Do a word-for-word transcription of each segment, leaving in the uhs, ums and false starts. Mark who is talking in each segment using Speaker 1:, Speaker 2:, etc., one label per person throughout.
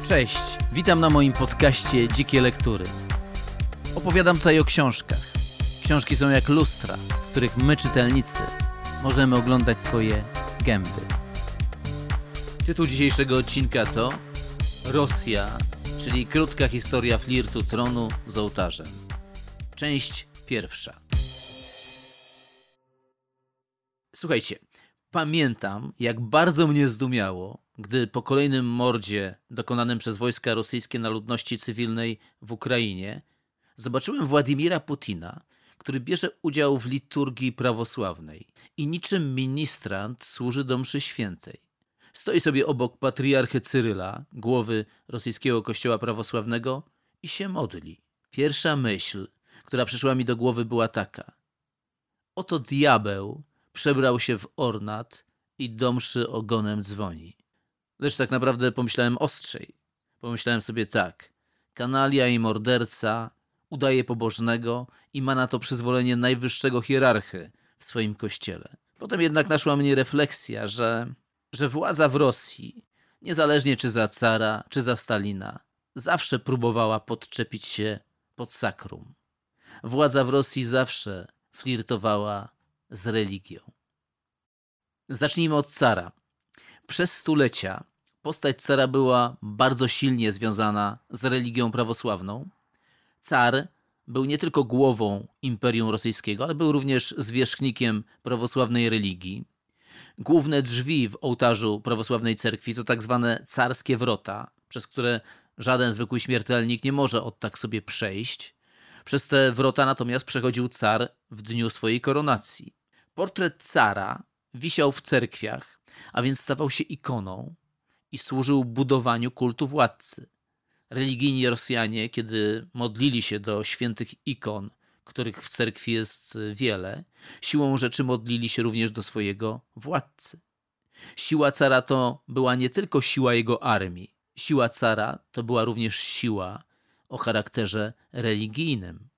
Speaker 1: Cześć, witam na moim podcaście Dzikie Lektury. Opowiadam tutaj o książkach. Książki są jak lustra, w których my, czytelnicy, możemy oglądać swoje gęby. Tytuł dzisiejszego odcinka to Rosja, czyli krótka historia flirtu tronu z ołtarzem. Część pierwsza. Słuchajcie, pamiętam, jak bardzo mnie zdumiało, gdy po kolejnym mordzie dokonanym przez wojska rosyjskie na ludności cywilnej w Ukrainie zobaczyłem Władimira Putina, który bierze udział w liturgii prawosławnej i niczym ministrant służy do mszy świętej. Stoi sobie obok patriarchy Cyryla, głowy rosyjskiego kościoła prawosławnego, i się modli. Pierwsza myśl, która przyszła mi do głowy, była taka: oto diabeł przebrał się w ornat i do mszy ogonem dzwoni. Lecz tak naprawdę pomyślałem ostrzej. Pomyślałem sobie tak: kanalia i morderca udaje pobożnego i ma na to przyzwolenie najwyższego hierarchy w swoim kościele. Potem jednak naszła mnie refleksja, że, że władza w Rosji, niezależnie czy za cara, czy za Stalina, zawsze próbowała podczepić się pod sakrum. Władza w Rosji zawsze flirtowała z religią. Zacznijmy od cara. Przez stulecia postać cara była bardzo silnie związana z religią prawosławną. Car był nie tylko głową Imperium Rosyjskiego, ale był również zwierzchnikiem prawosławnej religii. Główne drzwi w ołtarzu prawosławnej cerkwi to tak zwane carskie wrota, przez które żaden zwykły śmiertelnik nie może od tak sobie przejść. Przez te wrota natomiast przechodził car w dniu swojej koronacji. Portret cara wisiał w cerkwiach, a więc stawał się ikoną i służył budowaniu kultu władcy. Religijni Rosjanie, kiedy modlili się do świętych ikon, których w cerkwi jest wiele, siłą rzeczy modlili się również do swojego władcy. Siła cara to była nie tylko siła jego armii. Siła cara to była również siła o charakterze religijnym.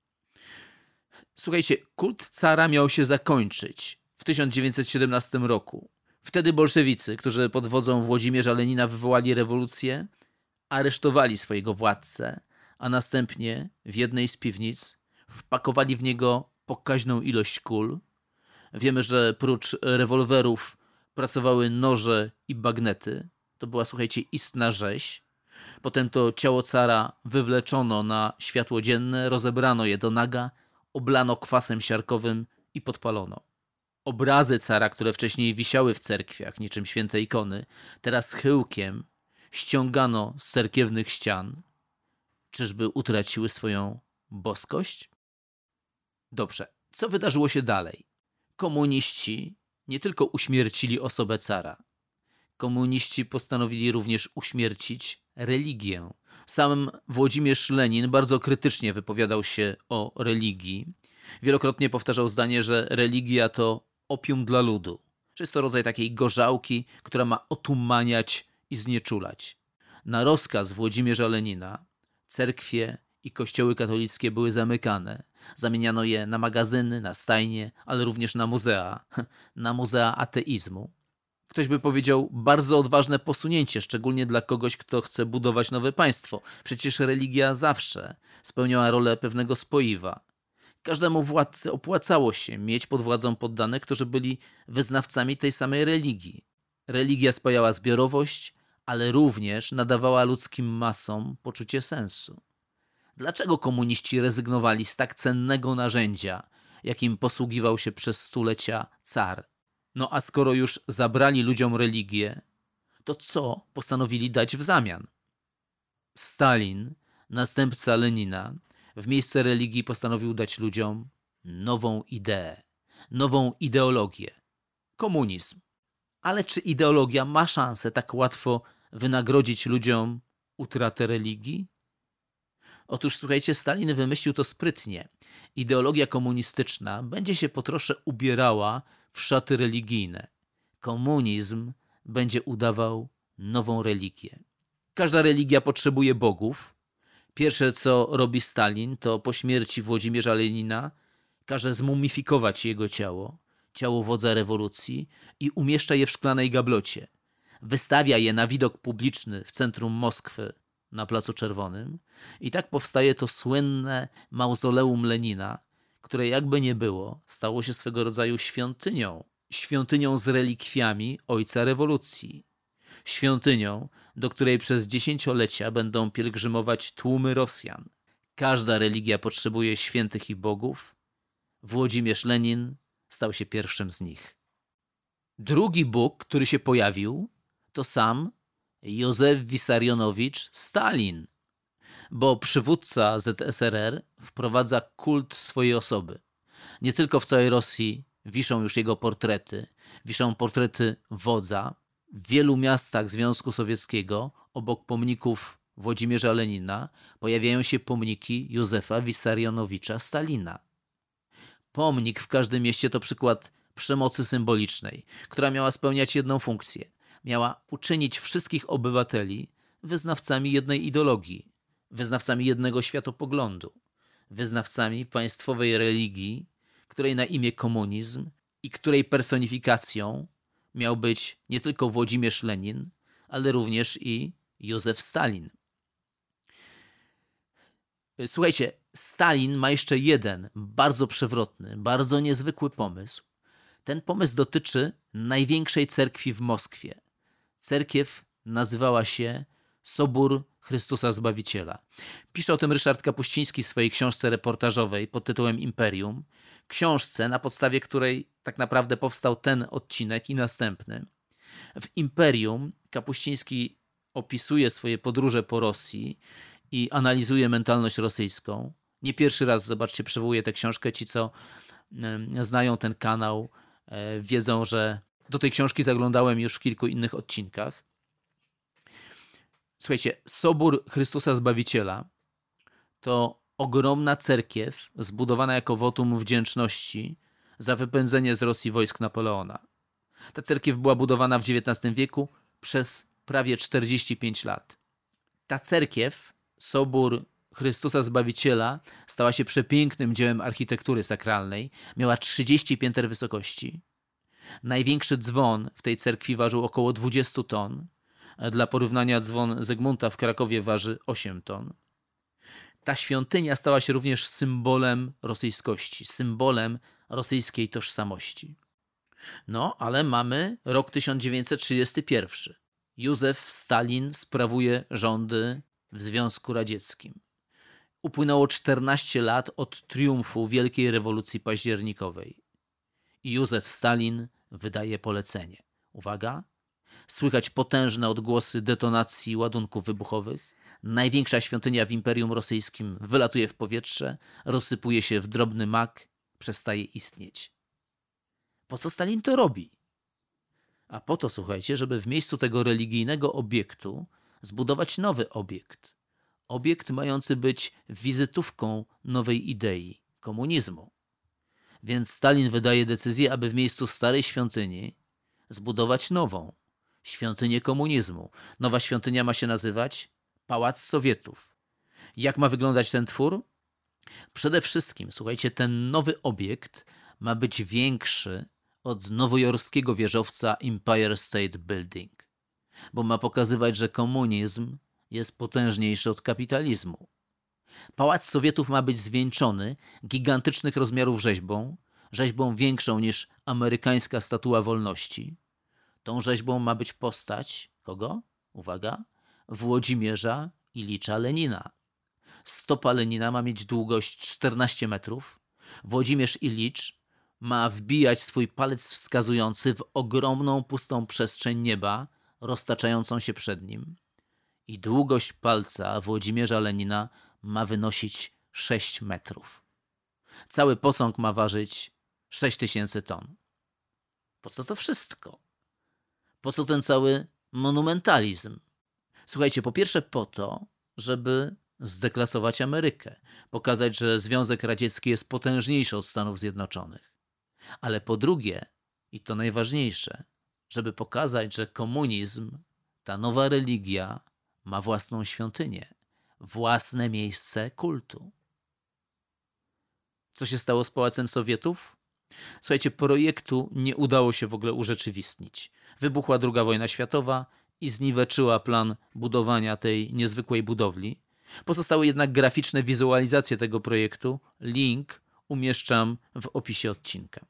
Speaker 1: Słuchajcie, kult cara miał się zakończyć w tysiąc dziewięćset siedemnastym roku. Wtedy bolszewicy, którzy pod wodzą Włodzimierza Lenina wywołali rewolucję, aresztowali swojego władcę, a następnie w jednej z piwnic wpakowali w niego pokaźną ilość kul. Wiemy, że prócz rewolwerów pracowały noże i bagnety. To była, słuchajcie, istna rzeź. Potem to ciało cara wywleczono na światło dzienne, rozebrano je do naga, oblano kwasem siarkowym i podpalono. Obrazy cara, które wcześniej wisiały w cerkwiach, niczym święte ikony, teraz chyłkiem ściągano z cerkiewnych ścian. Czyżby utraciły swoją boskość? Dobrze, co wydarzyło się dalej? Komuniści nie tylko uśmiercili osobę cara. Komuniści postanowili również uśmiercić religię. Sam Włodzimierz Lenin bardzo krytycznie wypowiadał się o religii. Wielokrotnie powtarzał zdanie, że religia to opium dla ludu. Że jest to rodzaj takiej gorzałki, która ma otumaniać i znieczulać. Na rozkaz Włodzimierza Lenina cerkwie i kościoły katolickie były zamykane. Zamieniano je na magazyny, na stajnie, ale również na muzea. Na muzea ateizmu. Ktoś by powiedział, bardzo odważne posunięcie, szczególnie dla kogoś, kto chce budować nowe państwo. Przecież religia zawsze spełniała rolę pewnego spoiwa. Każdemu władcy opłacało się mieć pod władzą poddanych, którzy byli wyznawcami tej samej religii. Religia spajała zbiorowość, ale również nadawała ludzkim masom poczucie sensu. Dlaczego komuniści rezygnowali z tak cennego narzędzia, jakim posługiwał się przez stulecia car? No a skoro już zabrali ludziom religię, to co postanowili dać w zamian? Stalin, następca Lenina, w miejsce religii postanowił dać ludziom nową ideę, nową ideologię. Komunizm. Ale czy ideologia ma szansę tak łatwo wynagrodzić ludziom utratę religii? Otóż słuchajcie, Stalin wymyślił to sprytnie. Ideologia komunistyczna będzie się po trosze ubierała w szaty religijne. Komunizm będzie udawał nową religię. Każda religia potrzebuje bogów. Pierwsze, co robi Stalin, to po śmierci Włodzimierza Lenina każe zmumifikować jego ciało, ciało wodza rewolucji, i umieszcza je w szklanej gablocie. Wystawia je na widok publiczny w centrum Moskwy na Placu Czerwonym i tak powstaje to słynne mauzoleum Lenina, które jakby nie było, stało się swego rodzaju świątynią. Świątynią z relikwiami ojca rewolucji. Świątynią, do której przez dziesięciolecia będą pielgrzymować tłumy Rosjan. Każda religia potrzebuje świętych i bogów. Włodzimierz Lenin stał się pierwszym z nich. Drugi Bóg, który się pojawił, to sam Józef Wissarionowicz Stalin, bo przywódca Z S R R wprowadza kult swojej osoby. Nie tylko w całej Rosji wiszą już jego portrety, wiszą portrety wodza. W wielu miastach Związku Sowieckiego obok pomników Włodzimierza Lenina pojawiają się pomniki Józefa Wissarionowicza Stalina. Pomnik w każdym mieście to przykład przemocy symbolicznej, która miała spełniać jedną funkcję. Miała uczynić wszystkich obywateli wyznawcami jednej ideologii, wyznawcami jednego światopoglądu, wyznawcami państwowej religii, której na imię komunizm i której personifikacją miał być nie tylko Włodzimierz Lenin, ale również i Józef Stalin. Słuchajcie, Stalin ma jeszcze jeden bardzo przewrotny, bardzo niezwykły pomysł. Ten pomysł dotyczy największej cerkwi w Moskwie. Cerkiew nazywała się Sobór Chrystusa Zbawiciela. Pisze o tym Ryszard Kapuściński w swojej książce reportażowej pod tytułem Imperium. Książce, na podstawie której tak naprawdę powstał ten odcinek i następny. W Imperium Kapuściński opisuje swoje podróże po Rosji i analizuje mentalność rosyjską. Nie pierwszy raz, zobaczcie, przywołuję tę książkę. Ci, co y, znają ten kanał, y, wiedzą, że do tej książki zaglądałem już w kilku innych odcinkach. Słuchajcie, Sobór Chrystusa Zbawiciela to ogromna cerkiew zbudowana jako wotum wdzięczności za wypędzenie z Rosji wojsk Napoleona. Ta cerkiew była budowana w dziewiętnastym wieku przez prawie czterdzieści pięć lat. Ta cerkiew, Sobór Chrystusa Zbawiciela, stała się przepięknym dziełem architektury sakralnej. Miała trzydzieści pięter wysokości. Największy dzwon w tej cerkwi ważył około dwadzieścia ton. Dla porównania dzwon Zygmunta w Krakowie waży osiem ton. Ta świątynia stała się również symbolem rosyjskości, symbolem rosyjskiej tożsamości. No, ale mamy rok tysiąc dziewięćset trzydziesty pierwszy. Józef Stalin sprawuje rządy w Związku Radzieckim. Upłynęło czternaście lat od triumfu Wielkiej Rewolucji Październikowej. I Józef Stalin wydaje polecenie. Uwaga! Słychać potężne odgłosy detonacji ładunków wybuchowych. Największa świątynia w Imperium Rosyjskim wylatuje w powietrze, rozsypuje się w drobny mak, przestaje istnieć. Po co Stalin to robi? A po to, słuchajcie, żeby w miejscu tego religijnego obiektu zbudować nowy obiekt. Obiekt mający być wizytówką nowej idei, komunizmu. Więc Stalin wydaje decyzję, aby w miejscu starej świątyni zbudować nową, świątynię komunizmu. Nowa świątynia ma się nazywać Pałac Sowietów. Jak ma wyglądać ten twór? Przede wszystkim, słuchajcie, ten nowy obiekt ma być większy od nowojorskiego wieżowca Empire State Building, bo ma pokazywać, że komunizm jest potężniejszy od kapitalizmu. Pałac Sowietów ma być zwieńczony gigantycznych rozmiarów rzeźbą, rzeźbą większą niż amerykańska Statua Wolności. Tą rzeźbą ma być postać, kogo? Uwaga, Włodzimierza Ilicza Lenina. Stopa Lenina ma mieć długość czternaście metrów. Włodzimierz Ilicz ma wbijać swój palec wskazujący w ogromną, pustą przestrzeń nieba, roztaczającą się przed nim. I długość palca Włodzimierza Lenina ma wynosić sześć metrów. Cały posąg ma ważyć sześć tysięcy ton. Po co to wszystko? Po co ten cały monumentalizm? Słuchajcie, po pierwsze po to, żeby zdeklasować Amerykę, pokazać, że Związek Radziecki jest potężniejszy od Stanów Zjednoczonych. Ale po drugie, i to najważniejsze, żeby pokazać, że komunizm, ta nowa religia, ma własną świątynię, własne miejsce kultu. Co się stało z Pałacem Sowietów? Słuchajcie, projektu nie udało się w ogóle urzeczywistnić. Wybuchła druga wojna światowa i zniweczyła plan budowania tej niezwykłej budowli. Pozostały jednak graficzne wizualizacje tego projektu. Link umieszczam w opisie odcinka.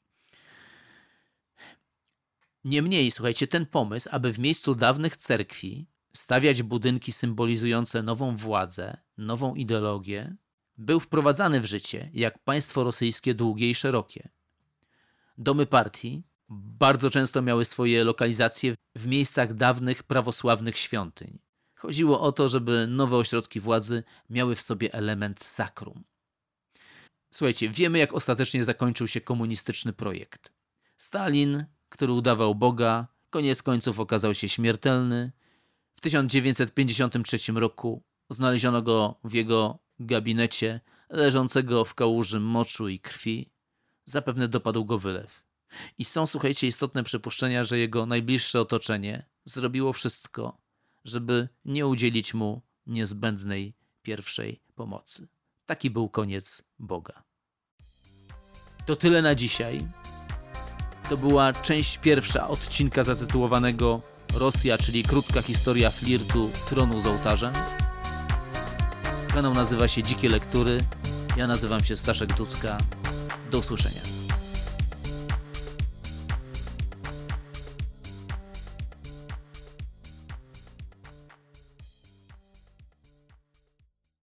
Speaker 1: Niemniej, słuchajcie, ten pomysł, aby w miejscu dawnych cerkwi stawiać budynki symbolizujące nową władzę, nową ideologię, był wprowadzany w życie jak państwo rosyjskie długie i szerokie. Domy partii bardzo często miały swoje lokalizacje w miejscach dawnych prawosławnych świątyń. Chodziło o to, żeby nowe ośrodki władzy miały w sobie element sakrum. Słuchajcie, wiemy, jak ostatecznie zakończył się komunistyczny projekt. Stalin, który udawał Boga, koniec końców okazał się śmiertelny. W tysiąc dziewięćset pięćdziesiątym trzecim roku znaleziono go w jego gabinecie, leżącego w kałuży moczu i krwi. Zapewne dopadł go wylew. I są, słuchajcie, istotne przypuszczenia, że jego najbliższe otoczenie zrobiło wszystko, żeby nie udzielić mu niezbędnej pierwszej pomocy. Taki był koniec Boga. To tyle na dzisiaj. To była część pierwsza odcinka zatytułowanego Rosja, czyli krótka historia flirtu tronu z ołtarzem. Kanał nazywa się Dzikie Lektury. Ja nazywam się Staszek Dudka. Do usłyszenia.